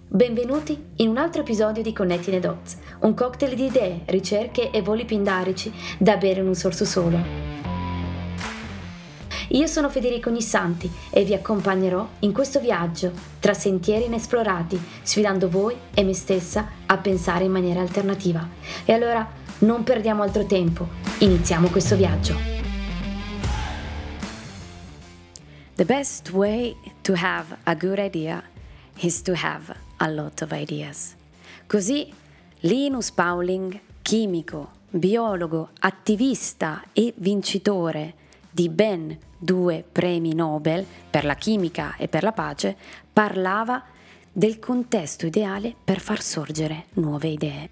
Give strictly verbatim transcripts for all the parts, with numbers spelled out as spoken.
Benvenuti in un altro episodio di Connecting the Dots, un cocktail di idee, ricerche e voli pindarici da bere in un sorso solo. Io sono Federico Ognissanti e vi accompagnerò in questo viaggio tra sentieri inesplorati, sfidando voi e me stessa a pensare in maniera alternativa. E allora non perdiamo altro tempo, iniziamo questo viaggio. The best way to have a good idea is to have a lot of ideas. Così Linus Pauling, chimico, biologo, attivista e vincitore di ben due premi Nobel per la chimica e per la pace, parlava del contesto ideale per far sorgere nuove idee.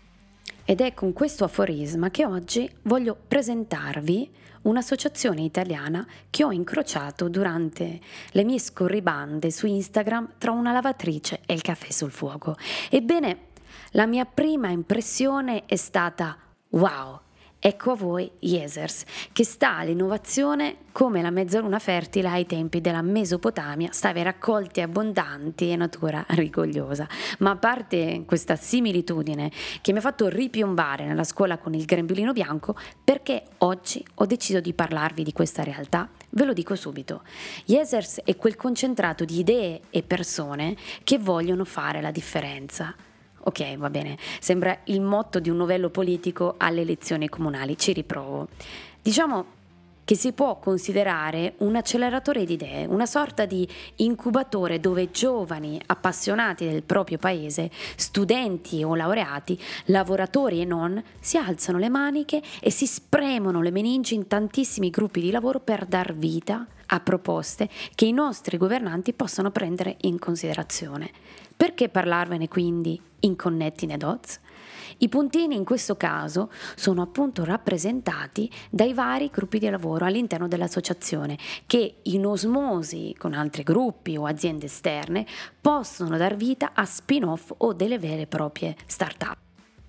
Ed è con questo aforisma che oggi voglio presentarvi un'associazione italiana che ho incrociato durante le mie scorribande su Instagram tra una lavatrice e il caffè sul fuoco. Ebbene, la mia prima impressione è stata wow! Ecco a voi Yesers, che sta all'innovazione come la mezzaluna fertile ai tempi della Mesopotamia, stava ai raccolti abbondanti e natura rigogliosa. Ma a parte questa similitudine che mi ha fatto ripiombare nella scuola con il grembiulino bianco, perché oggi ho deciso di parlarvi di questa realtà, ve lo dico subito. Yesers è quel concentrato di idee e persone che vogliono fare la differenza. Ok, va bene, sembra il motto di un novello politico alle elezioni comunali, ci riprovo. Diciamo che si può considerare un acceleratore di idee, una sorta di incubatore dove giovani appassionati del proprio paese, studenti o laureati, lavoratori e non, si alzano le maniche e si spremono le meningi in tantissimi gruppi di lavoro per dar vita a proposte che i nostri governanti possano prendere in considerazione. Perché parlarvene quindi in Connecting the Dots? I puntini in questo caso sono appunto rappresentati dai vari gruppi di lavoro all'interno dell'associazione che in osmosi con altri gruppi o aziende esterne possono dar vita a spin-off o delle vere e proprie start-up.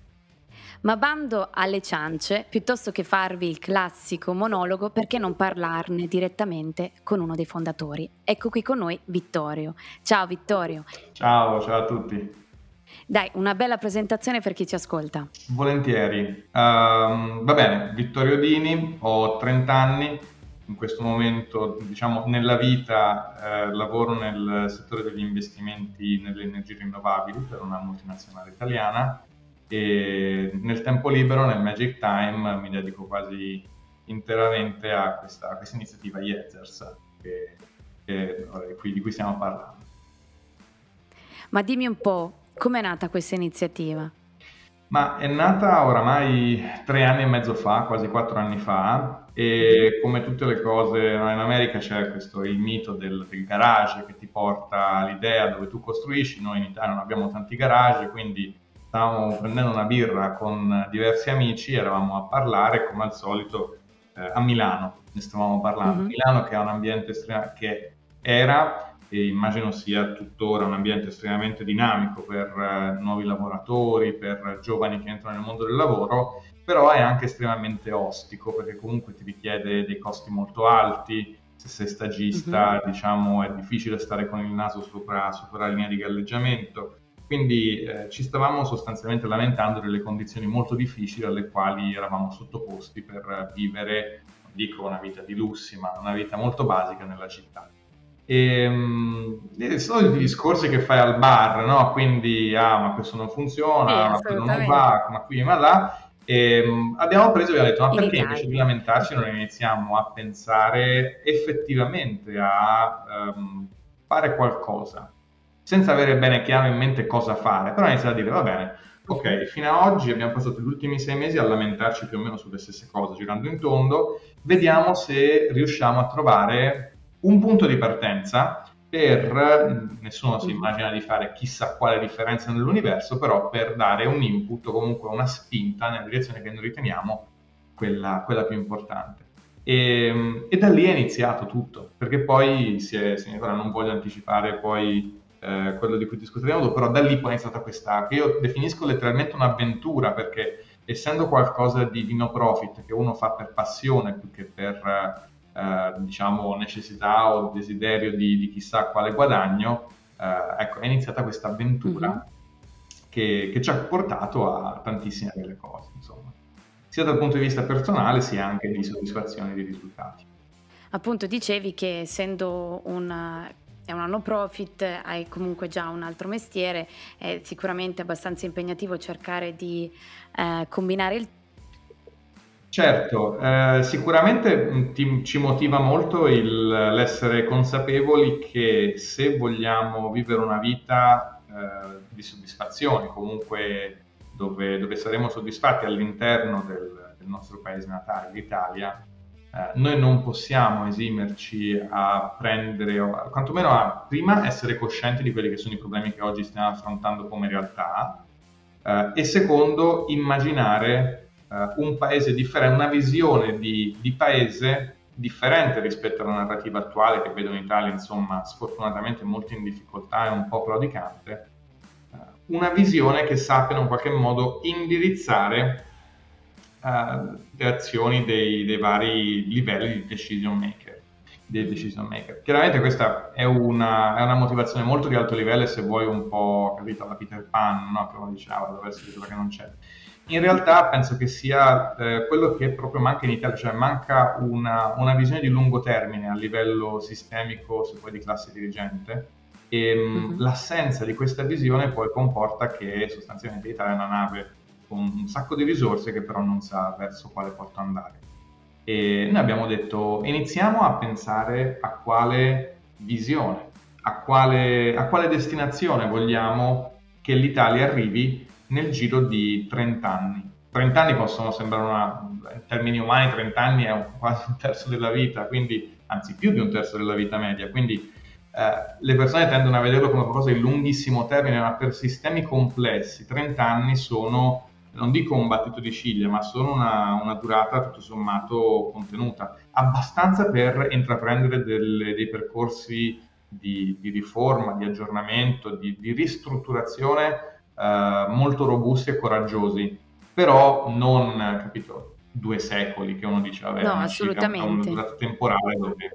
Ma bando alle ciance, piuttosto che farvi il classico monologo, perché non parlarne direttamente con uno dei fondatori? Ecco qui con noi Vittorio. Ciao Vittorio. Ciao, ciao a tutti. Dai, una bella presentazione per chi ci ascolta. Volentieri. Um, va bene, Vittorio Dini, ho trenta anni, in questo momento, diciamo, nella vita eh, lavoro nel settore degli investimenti nelle energie rinnovabili per una multinazionale italiana. E nel tempo libero, nel Magic Time, mi dedico quasi interamente a questa, a questa iniziativa Yesers, che, che, qui, di cui stiamo parlando. Ma dimmi un po', com'è nata questa iniziativa? Ma è nata oramai tre anni e mezzo fa, quasi quattro anni fa, e come tutte le cose, in America c'è questo il mito del, del garage che ti porta all'idea dove tu costruisci. Noi in Italia non abbiamo tanti garage, quindi stavamo prendendo una birra con diversi amici, eravamo a parlare come al solito eh, a Milano, ne stavamo parlando. Mm-hmm. Milano che è un ambiente estrema, che era e immagino sia tuttora un ambiente estremamente dinamico per eh, nuovi lavoratori, per giovani che entrano nel mondo del lavoro, però è anche estremamente ostico perché comunque ti richiede dei costi molto alti. Se sei stagista, mm-hmm. diciamo, è difficile stare con il naso sopra, sopra la linea di galleggiamento. Quindi eh, ci stavamo sostanzialmente lamentando delle condizioni molto difficili alle quali eravamo sottoposti per vivere, non dico una vita di lussi, ma una vita molto basica nella città. E, e sono i discorsi che fai al bar, no? Quindi, ah, ma questo non funziona, sì, ma quello non va, ma qui, ma là. E, abbiamo preso e abbiamo detto, ma perché in invece di lamentarci non iniziamo a pensare effettivamente a um, fare qualcosa, senza avere bene chiaro in mente cosa fare, però iniziare a dire, va bene, ok, fino ad oggi abbiamo passato gli ultimi sei mesi a lamentarci più o meno sulle stesse cose, girando in tondo, vediamo se riusciamo a trovare un punto di partenza per, nessuno si immagina di fare chissà quale differenza nell'universo, però per dare un input o comunque una spinta nella direzione che noi riteniamo quella, quella più importante. E, e da lì è iniziato tutto, perché poi si è, si è ora non voglio anticipare poi eh, quello di cui discuteremo dopo, però da lì poi è iniziata questa, che io definisco letteralmente un'avventura, perché essendo qualcosa di, di no profit, che uno fa per passione più che per... Eh, diciamo necessità o desiderio di, di chissà quale guadagno, eh, ecco, è iniziata questa avventura Mhm. che, che ci ha portato a tantissime belle cose, insomma, sia dal punto di vista personale sia anche di soddisfazione di risultati. Appunto dicevi che essendo una, è una no profit, hai comunque già un altro mestiere, è sicuramente abbastanza impegnativo cercare di eh, combinare il... Certo, eh, sicuramente mh, ti- ci motiva molto il- l'essere consapevoli che se vogliamo vivere una vita eh, di soddisfazione, comunque dove, dove saremo soddisfatti all'interno del, del nostro paese natale, l'Italia, eh, noi non possiamo esimerci a prendere, o a- quantomeno a prima essere coscienti di quelli che sono i problemi che oggi stiamo affrontando come realtà, eh, e secondo immaginare eh, un paese differente, una visione di, di paese differente rispetto alla narrativa attuale che vedo in Italia, insomma, sfortunatamente molto in difficoltà e un po' claudicante, eh, una visione che sappia in qualche modo indirizzare eh, le azioni dei, dei vari livelli di decision maker, dei decision maker. Chiaramente questa è una, è una motivazione molto di alto livello e se vuoi un po', capito, alla Peter Pan, no? Che uno diceva, dove essere quello che non c'è. In realtà penso che sia eh, quello che proprio manca in Italia, cioè manca una, una visione di lungo termine a livello sistemico, se poi di classe dirigente, e mh, Mhm. l'assenza di questa visione poi comporta che sostanzialmente l'Italia è una nave con un sacco di risorse che però non sa verso quale porto andare. E noi abbiamo detto iniziamo a pensare a quale visione, a quale, a quale destinazione vogliamo che l'Italia arrivi nel giro di trenta anni. trenta anni possono sembrare una, in termini umani trenta anni è un, quasi un terzo della vita, quindi anzi più di un terzo della vita media, quindi eh, le persone tendono a vederlo come qualcosa di lunghissimo termine, ma per sistemi complessi trenta anni sono, non dico un battito di ciglia, ma sono una, una durata tutto sommato contenuta, abbastanza per intraprendere delle, dei percorsi di, di riforma, di aggiornamento, di, di ristrutturazione eh, molto robusti e coraggiosi, però non, capito, due secoli che uno dice, vabbè, è No, una cifra, ha una assolutamente. durata temporale, dove-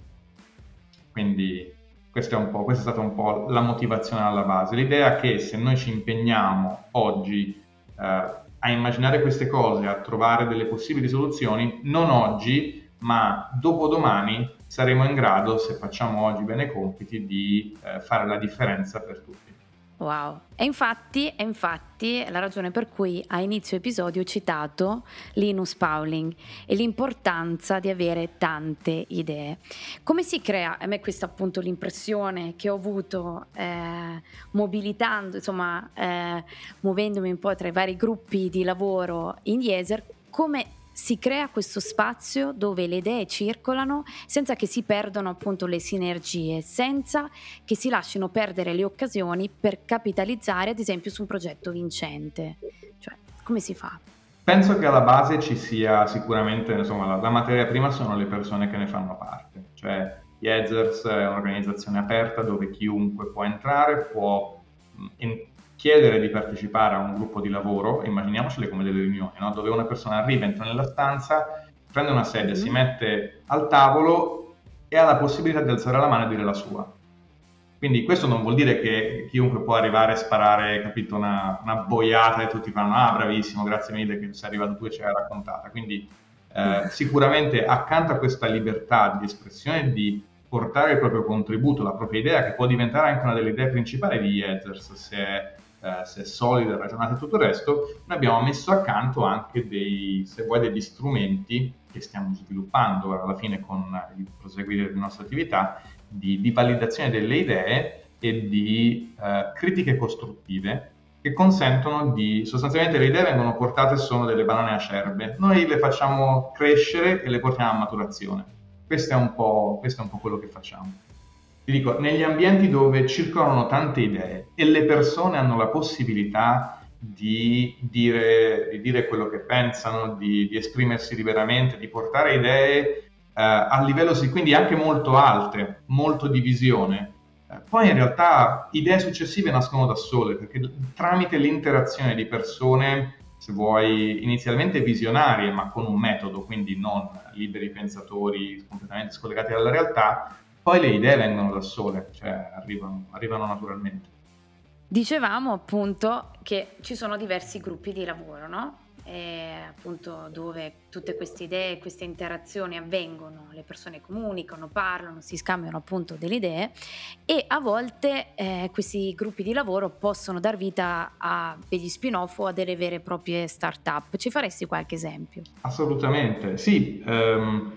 quindi questa è un po', questa è stata un po' la motivazione alla base, l'idea che se noi ci impegniamo oggi eh, a immaginare queste cose, a trovare delle possibili soluzioni, non oggi, ma dopodomani saremo in grado, se facciamo oggi bene i compiti, di eh, fare la differenza per tutti. Wow. E infatti, e infatti è la ragione per cui a inizio episodio ho citato Linus Pauling e l'importanza di avere tante idee. Come si crea? A me questa è appunto l'impressione che ho avuto eh, mobilitando, insomma, eh, muovendomi un po' tra i vari gruppi di lavoro in Yeser, come si crea questo spazio dove le idee circolano senza che si perdano appunto le sinergie, senza che si lasciano perdere le occasioni per capitalizzare ad esempio su un progetto vincente. Cioè, come si fa? Penso che alla base ci sia sicuramente, insomma, la, la materia prima sono le persone che ne fanno parte, cioè Yezers è un'organizzazione aperta dove chiunque può entrare, può mh, in- chiedere di partecipare a un gruppo di lavoro, immaginiamocele come delle riunioni, no? Dove una persona arriva, entra nella stanza, prende una sedia, si Mhm. mette al tavolo e ha la possibilità di alzare la mano e dire la sua. Quindi questo non vuol dire che chiunque può arrivare a sparare, capito, una, una boiata e tutti fanno, ah, bravissimo, grazie mille che sei arrivato tu e ce l'hai raccontata. Quindi eh, sicuramente accanto a questa libertà di espressione e di portare il proprio contributo, la propria idea, che può diventare anche una delle idee principali di Yezers, se è, eh, se è solida, ragionata e tutto il resto, noi abbiamo messo accanto anche dei, se vuoi, degli strumenti che stiamo sviluppando alla fine con il proseguire delle nostre attività, di, di validazione delle idee e di eh, critiche costruttive che consentono di, sostanzialmente le idee vengono portate, sono delle banane acerbe, noi le facciamo crescere e le portiamo a maturazione. Questo è un po', questo è un po' quello che facciamo. Ti dico, negli ambienti dove circolano tante idee e le persone hanno la possibilità di dire, di dire quello che pensano, di, di esprimersi liberamente, di portare idee eh, a livello, sì, quindi anche molto alte, molto di visione, eh, poi in realtà idee successive nascono da sole, perché tramite l'interazione di persone, se vuoi, inizialmente visionarie, ma con un metodo, quindi non liberi pensatori completamente scollegati dalla realtà, poi le idee vengono da sole, cioè arrivano, arrivano naturalmente. Dicevamo appunto che ci sono diversi gruppi di lavoro, no? E appunto dove tutte queste idee, queste interazioni avvengono, le persone comunicano, parlano, si scambiano appunto delle idee e a volte eh, questi gruppi di lavoro possono dar vita a degli spin-off o a delle vere e proprie start-up. Ci faresti qualche esempio? Assolutamente, sì. ehm,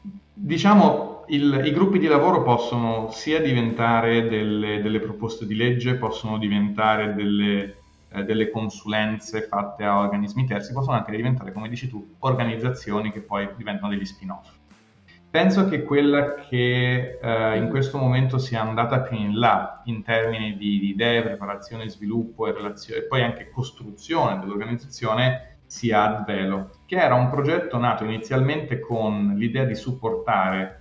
diciamo il- i gruppi di lavoro possono sia diventare delle, delle proposte di legge, possono diventare delle, eh, delle consulenze fatte a organismi terzi, possono anche diventare, come dici tu, organizzazioni che poi diventano degli spin-off. Penso che quella che eh, in Mhm. questo momento sia andata più in là in termini di, di idee, preparazione, sviluppo e, relazio- e poi anche costruzione dell'organizzazione sia Advelo, che era un progetto nato inizialmente con l'idea di supportare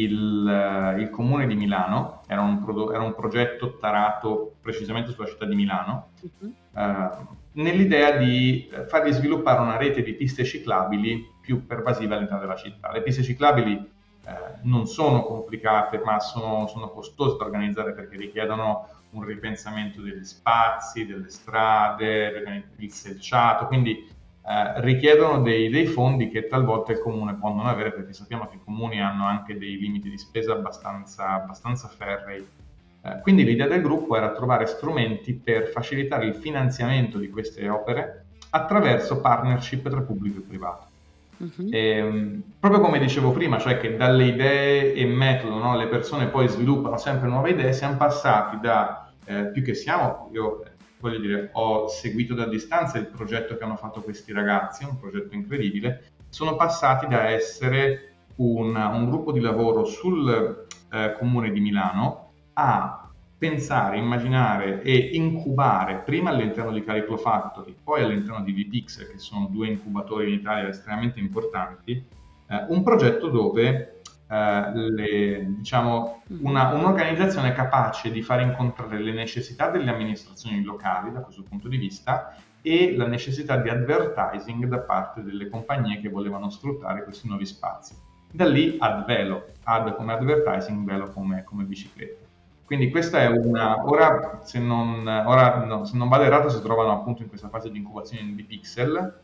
il, eh, il comune di Milano, era un, prodo- era un progetto tarato precisamente sulla città di Milano, Mhm. eh, nell'idea di eh, fargli sviluppare una rete di piste ciclabili più pervasiva all'interno della città. Le piste ciclabili eh, non sono complicate, ma sono, sono costose da organizzare perché richiedono un ripensamento degli spazi, delle strade, il selciato, quindi eh, richiedono dei, dei fondi che talvolta il comune può non avere, perché sappiamo che i comuni hanno anche dei limiti di spesa abbastanza, abbastanza ferrei. Eh, quindi l'idea del gruppo era trovare strumenti per facilitare il finanziamento di queste opere attraverso partnership tra pubblico e privato. Mhm. E, proprio come dicevo prima, cioè che dalle idee e metodo, no, le persone poi sviluppano sempre nuove idee, siamo passati da, eh, più che siamo, io eh, voglio dire, ho seguito da distanza il progetto che hanno fatto questi ragazzi, un progetto incredibile, sono passati da essere un, un gruppo di lavoro sul eh, comune di Milano a pensare, immaginare e incubare prima all'interno di Cariclo Factory, poi all'interno di VPix, che sono due incubatori in Italia estremamente importanti, eh, un progetto dove eh, le, diciamo, una, un'organizzazione capace di far incontrare le necessità delle amministrazioni locali da questo punto di vista e la necessità di advertising da parte delle compagnie che volevano sfruttare questi nuovi spazi. Da lì ad velo, ad come advertising, velo come, come bicicletta. Quindi questa è una, ora se non, ora, no, se non vado errato si trovano appunto in questa fase di incubazione di Pixel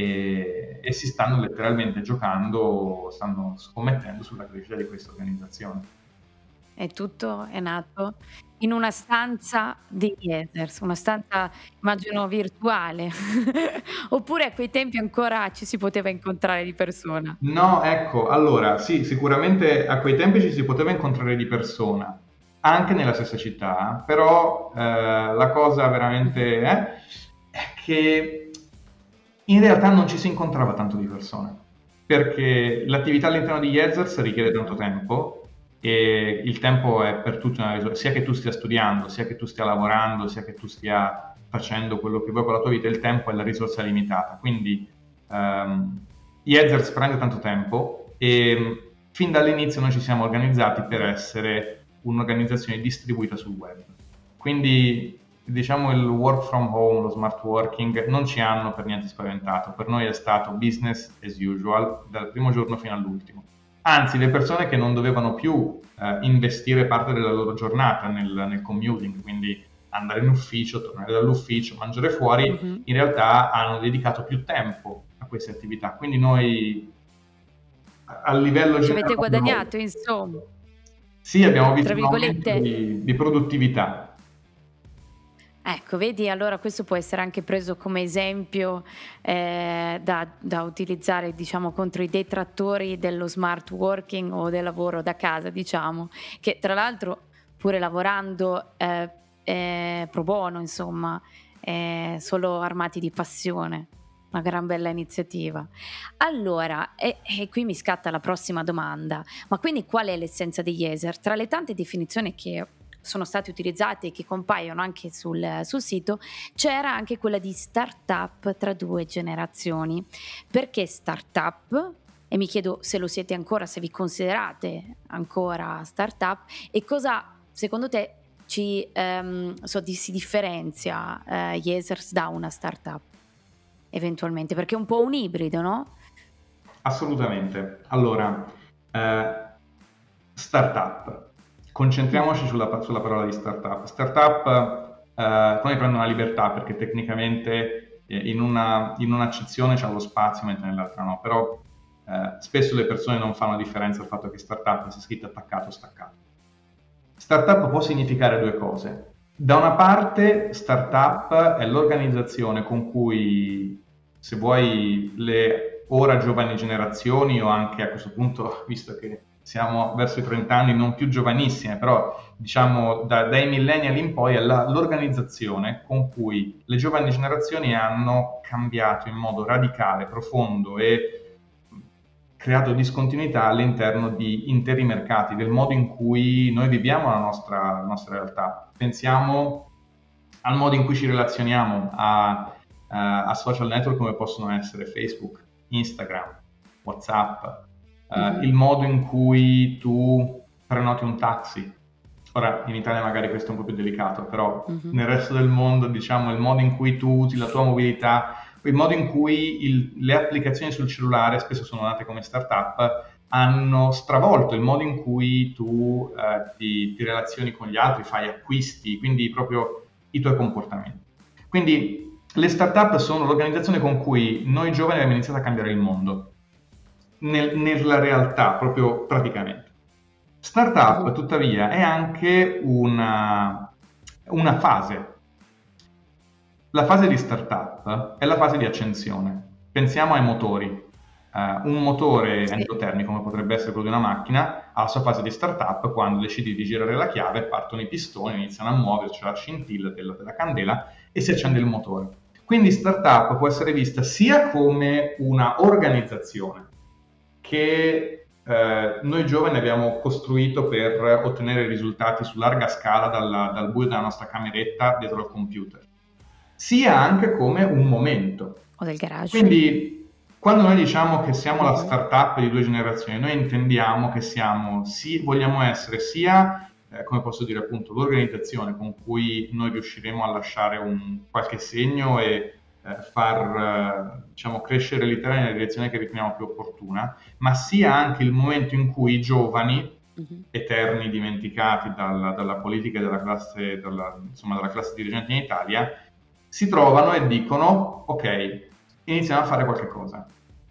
e, e si stanno letteralmente giocando, stanno scommettendo sulla crescita di questa organizzazione. E tutto è nato in una stanza di Ethers, una stanza immagino virtuale, oppure a quei tempi ancora ci si poteva incontrare di persona? No, ecco, allora sì, sicuramente a quei tempi ci si poteva incontrare di persona, anche nella stessa città, però eh, la cosa veramente è, è che in realtà non ci si incontrava tanto di persone, perché l'attività all'interno di Yezers richiede tanto tempo e il tempo è per tutti una risorsa, sia che tu stia studiando, sia che tu stia lavorando, sia che tu stia facendo quello che vuoi con la tua vita, il tempo è la risorsa limitata, quindi um, Yezers prende tanto tempo e fin dall'inizio noi ci siamo organizzati per essere un'organizzazione distribuita sul web. Quindi diciamo il work from home, lo smart working non ci hanno per niente spaventato, per noi è stato business as usual dal primo giorno fino all'ultimo. Anzi, le persone che non dovevano più eh, investire parte della loro giornata nel, nel commuting, quindi andare in ufficio, tornare dall'ufficio, mangiare fuori, Mhm. in realtà hanno dedicato più tempo a queste attività. Quindi noi a a livello Ci avete generale abbiamo- guadagnato, insomma, sì, abbiamo visto tra un aumento virgolette. di, di produttività. Ecco, vedi, allora questo può essere anche preso come esempio eh, da, da utilizzare, diciamo, contro i detrattori dello smart working o del lavoro da casa, diciamo, che tra l'altro pure lavorando eh, eh, pro bono, insomma, eh, solo armati di passione. Una gran bella iniziativa. Allora, e, e qui mi scatta la prossima domanda, ma quindi qual è l'essenza di Yeser? Tra le tante definizioni che sono state utilizzate e che compaiono anche sul, sul sito, c'era anche quella di startup tra due generazioni. Perché startup? E mi chiedo se lo siete ancora, se vi considerate ancora startup e cosa secondo te ci ehm, so, di, si differenzia eh, Yesers da una startup eventualmente, perché è un po' un ibrido, no? Assolutamente. Allora, eh, startup. concentriamoci sulla, sulla parola di startup. Startup, eh, poi prende una libertà perché tecnicamente eh, in, una, in un'accezione c'è lo spazio mentre nell'altra no, però eh, spesso le persone non fanno differenza al fatto che startup sia scritto attaccato o staccato. Startup può significare due cose. Da una parte, startup è l'organizzazione con cui, se vuoi, le ora giovani generazioni o anche a questo punto, visto che siamo verso i trenta anni, non più giovanissime, però diciamo da, dai millennial in poi è la, l'organizzazione con cui le giovani generazioni hanno cambiato in modo radicale, profondo e creato discontinuità all'interno di interi mercati, del modo in cui noi viviamo la nostra, la nostra realtà. Pensiamo al modo in cui ci relazioniamo a, a, a social network come possono essere Facebook, Instagram, WhatsApp, mm-hmm. uh, il modo in cui tu prenoti un taxi. Ora in Italia magari questo è un po' più delicato, però mm-hmm. nel resto del mondo, diciamo, il modo in cui tu usi la tua mobilità, il modo in cui il, le applicazioni sul cellulare, spesso sono nate come startup, hanno stravolto il modo in cui tu eh, ti, ti relazioni con gli altri, fai acquisti, quindi proprio i tuoi comportamenti. Quindi le startup sono l'organizzazione con cui noi giovani abbiamo iniziato a cambiare il mondo, nel, nella realtà, proprio praticamente. Startup, tuttavia, è anche una, una fase. La fase di startup è la fase di accensione. Pensiamo ai motori. Uh, un motore sì. endotermico, come potrebbe essere quello di una macchina, ha la sua fase di startup quando decidi di girare la chiave, partono i pistoni, iniziano a muoversi, c'è la scintilla della, della candela e si accende il motore. Quindi startup può essere vista sia come una organizzazione che eh, noi giovani abbiamo costruito per ottenere risultati su larga scala dalla, dal buio della nostra cameretta dietro al computer, sia anche come un momento. O del garage. Quindi quando noi diciamo che siamo la startup di due generazioni, noi intendiamo che siamo, sì, vogliamo essere sia, eh, come posso dire appunto, l'organizzazione con cui noi riusciremo a lasciare un qualche segno e eh, far, eh, diciamo, crescere l'Italia nella direzione che riteniamo più opportuna, ma sia anche il momento in cui i giovani, uh-huh. eterni dimenticati dalla, dalla politica e dalla classe, dalla, insomma, dalla classe dirigente in Italia, si trovano e dicono, ok, iniziamo a fare qualche cosa.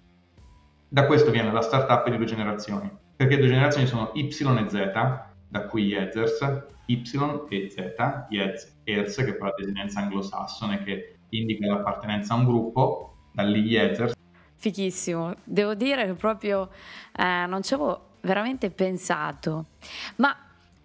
Da questo viene la startup di due generazioni, perché due generazioni sono Y e Z, da cui Yezers, Y e Z, Yez, Ers, che è la desinenza anglosassone che indica l'appartenenza a un gruppo, da lì Yezers. Fighissimo, devo dire che proprio eh, non ci avevo veramente pensato, ma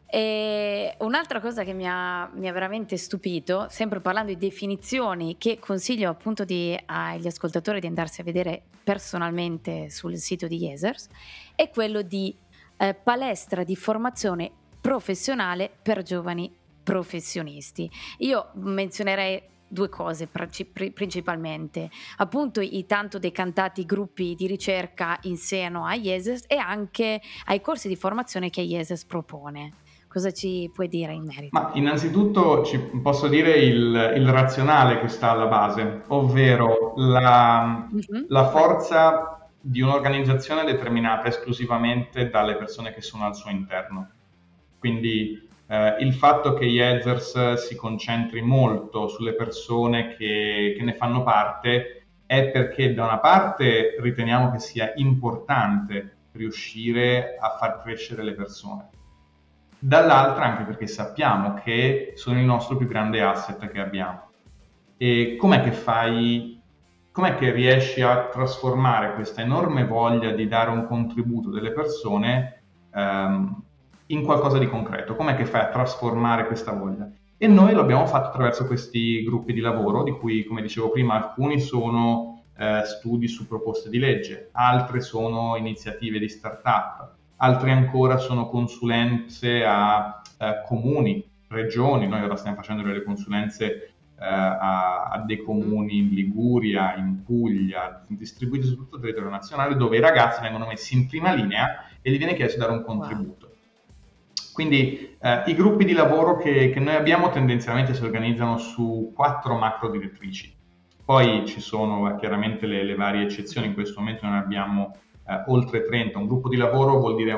E un'altra cosa che mi ha, mi ha veramente stupito, sempre parlando di definizioni, che consiglio appunto di, agli ascoltatori di andarsi a vedere personalmente sul sito di Yezers, è quello di eh, palestra di formazione professionale per giovani professionisti. Io menzionerei due cose principalmente, appunto i tanto decantati gruppi di ricerca in seno a Yezers e anche ai corsi di formazione che Yezers propone. Cosa ci puoi dire in merito? Ma innanzitutto ci posso dire il, il razionale che sta alla base, ovvero la, mm-hmm. la forza di un'organizzazione determinata esclusivamente dalle persone che sono al suo interno. Quindi eh, il fatto che Yezers si concentri molto sulle persone che, che ne fanno parte è perché da una parte riteniamo che sia importante riuscire a far crescere le persone, dall'altra anche perché sappiamo che sono il nostro più grande asset che abbiamo. E com'è che fai, com'è che riesci a trasformare questa enorme voglia di dare un contributo delle persone um, in qualcosa di concreto? Com'è che fai a trasformare questa voglia? E noi lo abbiamo fatto attraverso questi gruppi di lavoro, di cui, come dicevo prima, alcuni sono eh, studi su proposte di legge, altre sono iniziative di startup, altri ancora sono consulenze a eh, comuni, regioni. Noi ora stiamo facendo delle consulenze eh, a, a dei comuni in Liguria, in Puglia, distribuiti su tutto il territorio nazionale, dove i ragazzi vengono messi in prima linea e gli viene chiesto di dare un contributo. Wow. Quindi eh, i gruppi di lavoro che, che noi abbiamo tendenzialmente si organizzano su quattro macro direttrici. Poi ci sono chiaramente le, le varie eccezioni. In questo momento noi abbiamo Eh, oltre trenta. Un gruppo di lavoro vuol dire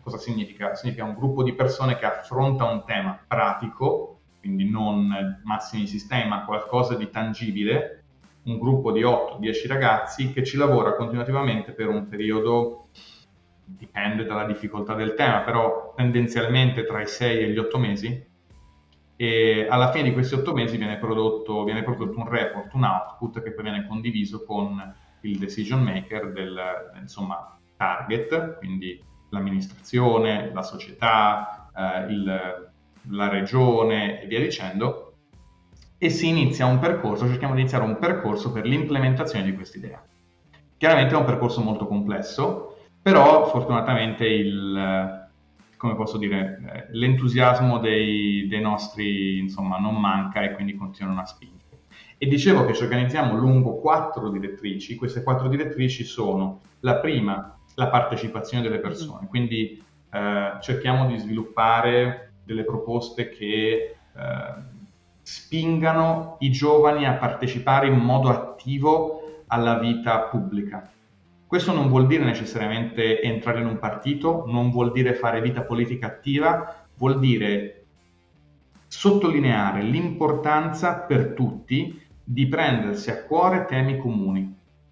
cosa significa? Significa un gruppo di persone che affronta un tema pratico, quindi non massimi sistemi, ma qualcosa di tangibile, un gruppo di otto dieci ragazzi che ci lavora continuativamente per un periodo, dipende dalla difficoltà del tema, però tendenzialmente tra i sei e gli otto mesi, e alla fine di questi otto mesi viene prodotto, viene prodotto un report, un output che poi viene condiviso con il decision maker del, insomma, target, quindi l'amministrazione, la società, eh, il, la regione e via dicendo, e si inizia un percorso, cerchiamo di iniziare un percorso per l'implementazione di quest'idea. Chiaramente è un percorso molto complesso, però fortunatamente il, come posso dire, l'entusiasmo dei, dei nostri, insomma, non manca e quindi continuano a spingere. E dicevo che ci organizziamo lungo quattro direttrici. Queste quattro direttrici sono: la prima, la partecipazione delle persone, quindi eh, cerchiamo di sviluppare delle proposte che eh, spingano i giovani a partecipare in modo attivo alla vita pubblica. Questo non vuol dire necessariamente entrare in un partito, non vuol dire fare vita politica attiva, vuol dire sottolineare l'importanza per tutti di prendersi a cuore temi comuni,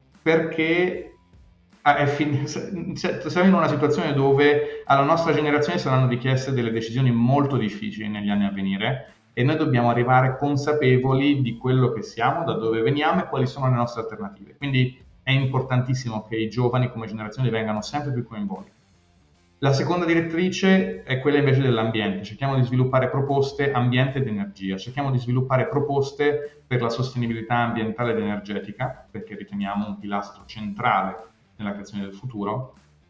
perché è fin- siamo in una situazione dove alla nostra generazione saranno richieste delle decisioni molto difficili negli anni a venire, e noi dobbiamo arrivare consapevoli di quello che siamo, da dove veniamo e quali sono le nostre alternative. Quindi è importantissimo che i giovani come generazione vengano sempre più coinvolti. La seconda direttrice è quella invece dell'ambiente. Cerchiamo di sviluppare proposte ambiente ed energia, cerchiamo di sviluppare proposte per la sostenibilità ambientale ed energetica, perché riteniamo un pilastro centrale nella creazione del futuro.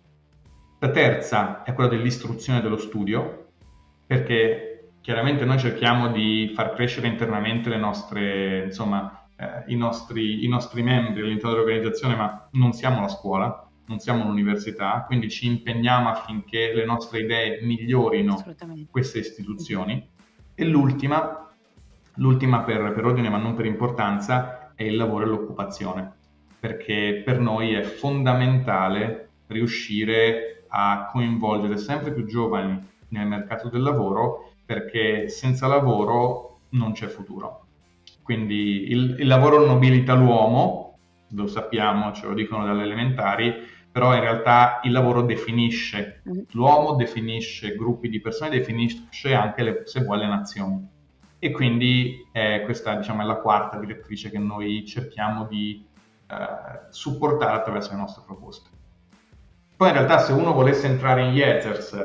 La terza è quella dell'istruzione e dello studio, perché chiaramente noi cerchiamo di far crescere internamente le nostre, insomma, eh, i, nostri, i nostri membri all'interno dell'organizzazione, ma non siamo la scuola, non siamo l'università, quindi ci impegniamo affinché le nostre idee migliorino queste istituzioni. E l'ultima, l'ultima per, per ordine ma non per importanza, è il lavoro e l'occupazione, perché per noi è fondamentale riuscire a coinvolgere sempre più giovani nel mercato del lavoro, perché senza lavoro non c'è futuro. Quindi il, il lavoro nobilita l'uomo, lo sappiamo, ce lo dicono dalle elementari, però in realtà il lavoro definisce l'uomo, definisce gruppi di persone, definisce anche, le, se vuole, le nazioni. E quindi eh, questa, diciamo, è la quarta direttrice che noi cerchiamo di eh, supportare attraverso le nostre proposte. Poi in realtà se uno volesse entrare in Yezers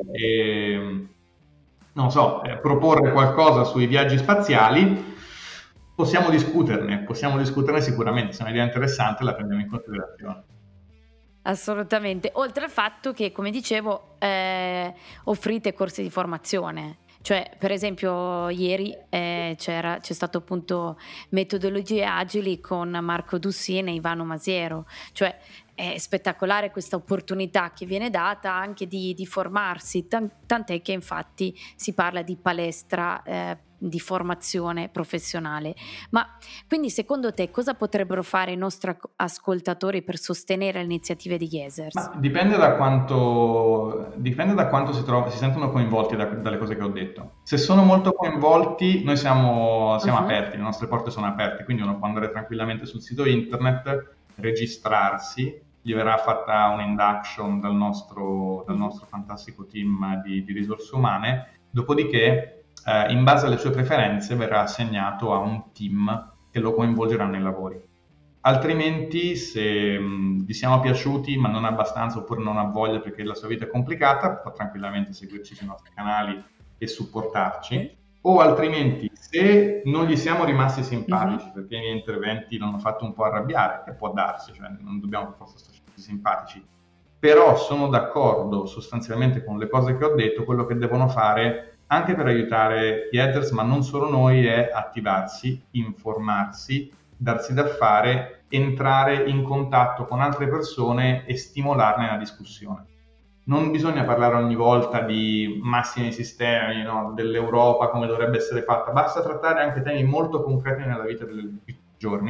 e non so, eh, proporre qualcosa sui viaggi spaziali, possiamo discuterne, possiamo discuterne sicuramente, se è un'idea interessante la prendiamo in considerazione. Assolutamente, oltre al fatto che, come dicevo, eh, offrite corsi di formazione. Cioè, per esempio, ieri eh, c'era, c'è stato appunto metodologie agili con Marco Dussin e Ivano Masiero. Cioè, è spettacolare questa opportunità che viene data anche di, di formarsi, tant'è che infatti si parla di palestra eh, di formazione professionale. Ma quindi secondo te cosa potrebbero fare i nostri ascoltatori per sostenere le iniziative di Yezers? Ma dipende da quanto, dipende da quanto si, trovano, si sentono coinvolti da, dalle cose che ho detto. Se sono molto coinvolti, noi siamo, siamo uh-huh. aperti, le nostre porte sono aperte, quindi uno può andare tranquillamente sul sito internet, registrarsi, gli verrà fatta un'induction dal nostro, dal nostro fantastico team di, di risorse umane, dopodiché eh, in base alle sue preferenze verrà assegnato a un team che lo coinvolgerà nei lavori. Altrimenti, se mh, gli siamo piaciuti ma non abbastanza oppure non ha voglia perché la sua vita è complicata, può tranquillamente seguirci sui nostri canali e supportarci. O altrimenti, se non gli siamo rimasti simpatici uh-huh. perché i miei interventi l'hanno fatto un po' arrabbiare, che può darsi, cioè non dobbiamo per forza starci simpatici, però sono d'accordo sostanzialmente con le cose che ho detto, quello che devono fare anche per aiutare Yezers, ma non solo noi, è attivarsi, informarsi, darsi da fare, entrare in contatto con altre persone e stimolarne la discussione. Non bisogna parlare ogni volta di massimi sistemi, no? Dell'Europa, come dovrebbe essere fatta, basta trattare anche temi molto concreti nella vita dei giorni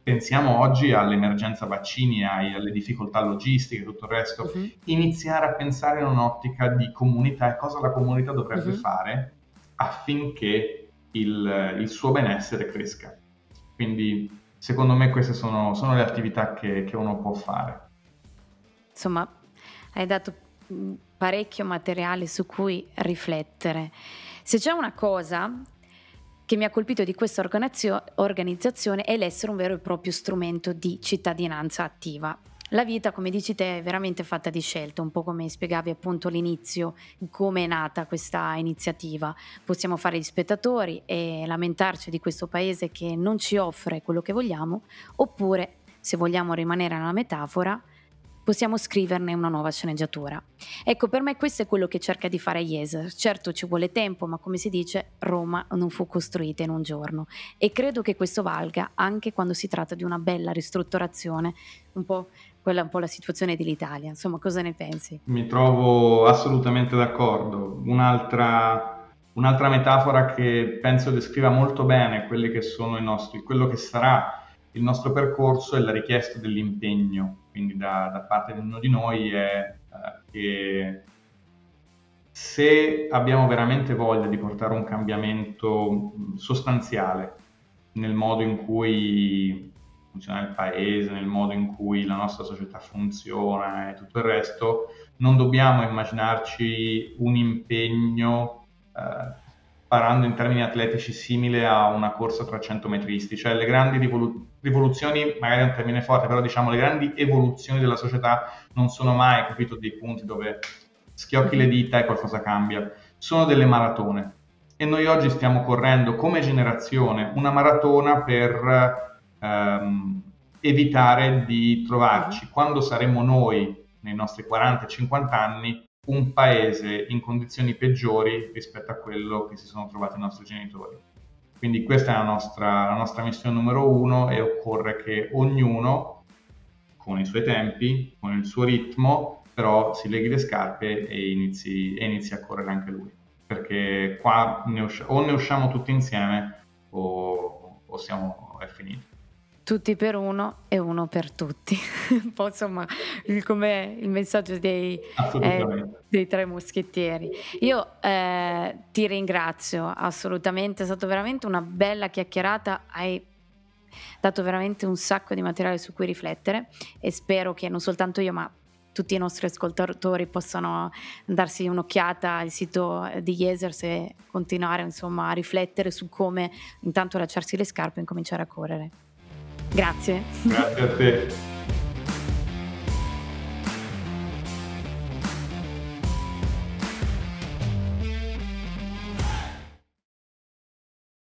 pensiamo oggi all'emergenza vaccini, ai, alle difficoltà logistiche e tutto il resto, Mhm. iniziare a pensare in un'ottica di comunità e cosa la comunità dovrebbe Mhm. fare affinché il, il suo benessere cresca. Quindi secondo me queste sono, sono le attività che, che uno può fare. Insomma, hai dato mh, parecchio materiale su cui riflettere. Se c'è una cosa che mi ha colpito di questa organizio- organizzazione è l'essere un vero e proprio strumento di cittadinanza attiva. La vita, come dici te, è veramente fatta di scelte, un po' come spiegavi appunto all'inizio, come è nata questa iniziativa. Possiamo fare gli spettatori e lamentarci di questo paese che non ci offre quello che vogliamo, oppure, se vogliamo rimanere nella metafora, possiamo scriverne una nuova sceneggiatura. Ecco, per me questo è quello che cerca di fare Jeser. Certo ci vuole tempo, ma come si dice, Roma non fu costruita in un giorno, e credo che questo valga anche quando si tratta di una bella ristrutturazione, un po' quella è un po' la situazione dell'Italia. Insomma, cosa ne pensi? Mi trovo assolutamente d'accordo. Un'altra, un'altra metafora che penso descriva molto bene quelli che sono i nostri, quello che sarà il nostro percorso è la richiesta dell'impegno. Quindi da, da parte di ognuno di noi è eh, che se abbiamo veramente voglia di portare un cambiamento mh, sostanziale nel modo in cui funziona il paese, nel modo in cui la nostra società funziona e tutto il resto, non dobbiamo immaginarci un impegno eh, parlando in termini atletici simile a una corsa tra centometristi, cioè le grandi rivolu- rivoluzioni, magari è un termine forte, però diciamo le grandi evoluzioni della società non sono mai, capito, dei punti dove schiocchi le dita e qualcosa cambia, sono delle maratone e noi oggi stiamo correndo come generazione una maratona per ehm, evitare di trovarci, quando saremo noi nei nostri quaranta cinquanta anni, un paese in condizioni peggiori rispetto a quello che si sono trovati i nostri genitori. Quindi questa è la nostra, la nostra missione numero uno e occorre che ognuno, con i suoi tempi, con il suo ritmo, però si leghi le scarpe e inizi, e inizi a correre anche lui. Perché qua ne usci- o ne usciamo tutti insieme o, o siamo, è finito. Tutti per uno e uno per tutti. Un po' insomma il, come il messaggio dei, eh, Assolutamente. dei tre moschettieri. Io eh, ti ringrazio assolutamente, è stata veramente una bella chiacchierata, hai dato veramente un sacco di materiale su cui riflettere e spero che non soltanto io ma tutti i nostri ascoltatori possano darsi un'occhiata al sito di Jesers e continuare insomma a riflettere su come intanto lasciarsi le scarpe e incominciare a correre. Grazie. Grazie a te.